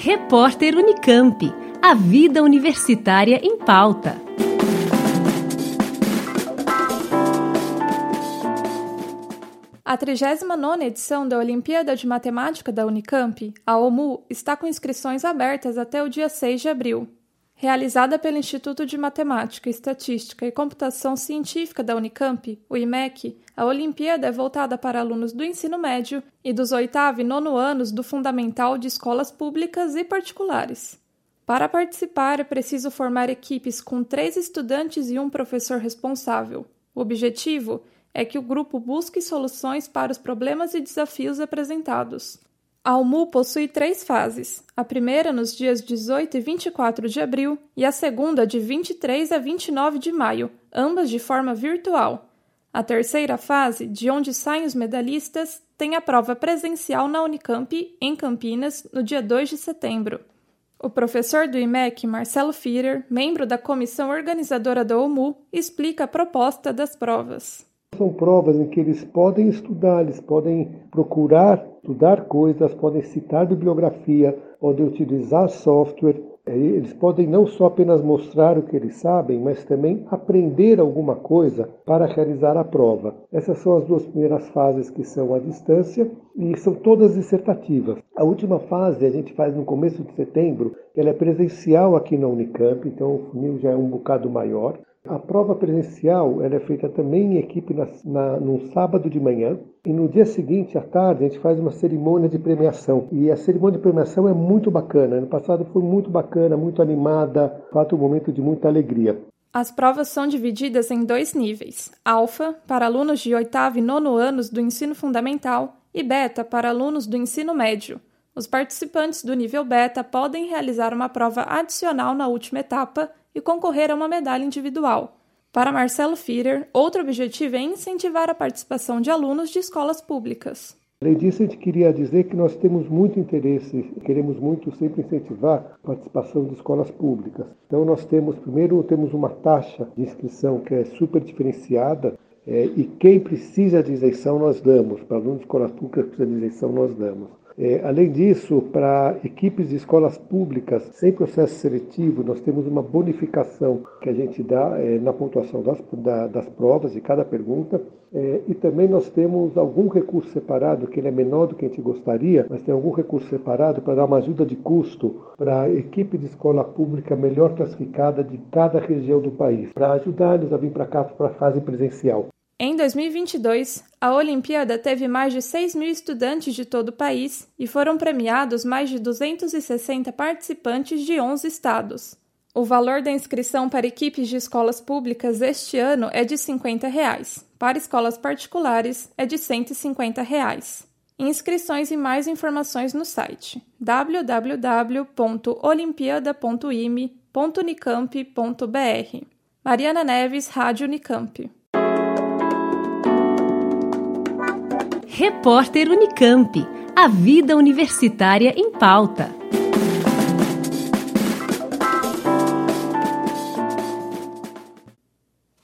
Repórter Unicamp. A vida universitária em pauta. A 39ª edição da Olimpíada de Matemática da Unicamp, a OMU, está com inscrições abertas até o dia 6 de abril. Realizada pelo Instituto de Matemática, Estatística e Computação Científica da Unicamp, o IMEC, a Olimpíada é voltada para alunos do ensino médio e dos 8º e 9º anos do fundamental de escolas públicas e particulares. Para participar, é preciso formar equipes com 3 estudantes e um professor responsável. O objetivo é que o grupo busque soluções para os problemas e desafios apresentados. A OMU possui 3 fases, a primeira nos dias 18 e 24 de abril e a segunda de 23 a 29 de maio, ambas de forma virtual. A terceira fase, de onde saem os medalhistas, tem a prova presencial na Unicamp, em Campinas, no dia 2 de setembro. O professor do IMEC, Marcelo Firer, membro da comissão organizadora da OMU, explica a proposta das provas. São provas em que eles podem estudar, eles podem procurar estudar coisas, podem citar bibliografia, podem utilizar software. Eles podem não só apenas mostrar o que eles sabem, mas também aprender alguma coisa para realizar a prova. Essas são as 2 primeiras fases que são à distância e são todas dissertativas. A última fase a gente faz no começo de setembro, ela é presencial aqui na Unicamp, então o funil já é um bocado maior. A prova presencial ela é feita também em equipe num sábado de manhã e no dia seguinte, à tarde, a gente faz uma cerimônia de premiação. E a cerimônia de premiação é muito bacana. Ano passado foi muito bacana, muito animada, um momento de muita alegria. As provas são divididas em 2 níveis, alfa, para alunos de 8º e 9º anos do ensino fundamental, e beta, para alunos do ensino médio. Os participantes do nível beta podem realizar uma prova adicional na última etapa e concorrer a uma medalha individual. Para Marcelo Firer, outro objetivo é incentivar a participação de alunos de escolas públicas. Além disso, a gente queria dizer que nós temos muito interesse, queremos muito sempre incentivar a participação de escolas públicas. Então nós temos uma taxa de inscrição que é super diferenciada e quem precisa de isenção nós damos, para alunos de escolas públicas que precisam de isenção nós damos. Além disso, para equipes de escolas públicas, sem processo seletivo, nós temos uma bonificação que a gente dá na pontuação das provas, de cada pergunta, e também nós temos algum recurso separado, que ele é menor do que a gente gostaria, mas tem algum recurso separado para dar uma ajuda de custo para a equipe de escola pública melhor classificada de cada região do país, para ajudar eles a vir para cá para a fase presencial. Em 2022, a Olimpíada teve mais de 6 mil estudantes de todo o país e foram premiados mais de 260 participantes de 11 estados. O valor da inscrição para equipes de escolas públicas este ano é de R$ 50, para escolas particulares é de R$ 150. Inscrições e mais informações no site www.olimpiada.ime.unicamp.br. Mariana Neves, Rádio Unicamp. Repórter Unicamp. A vida universitária em pauta.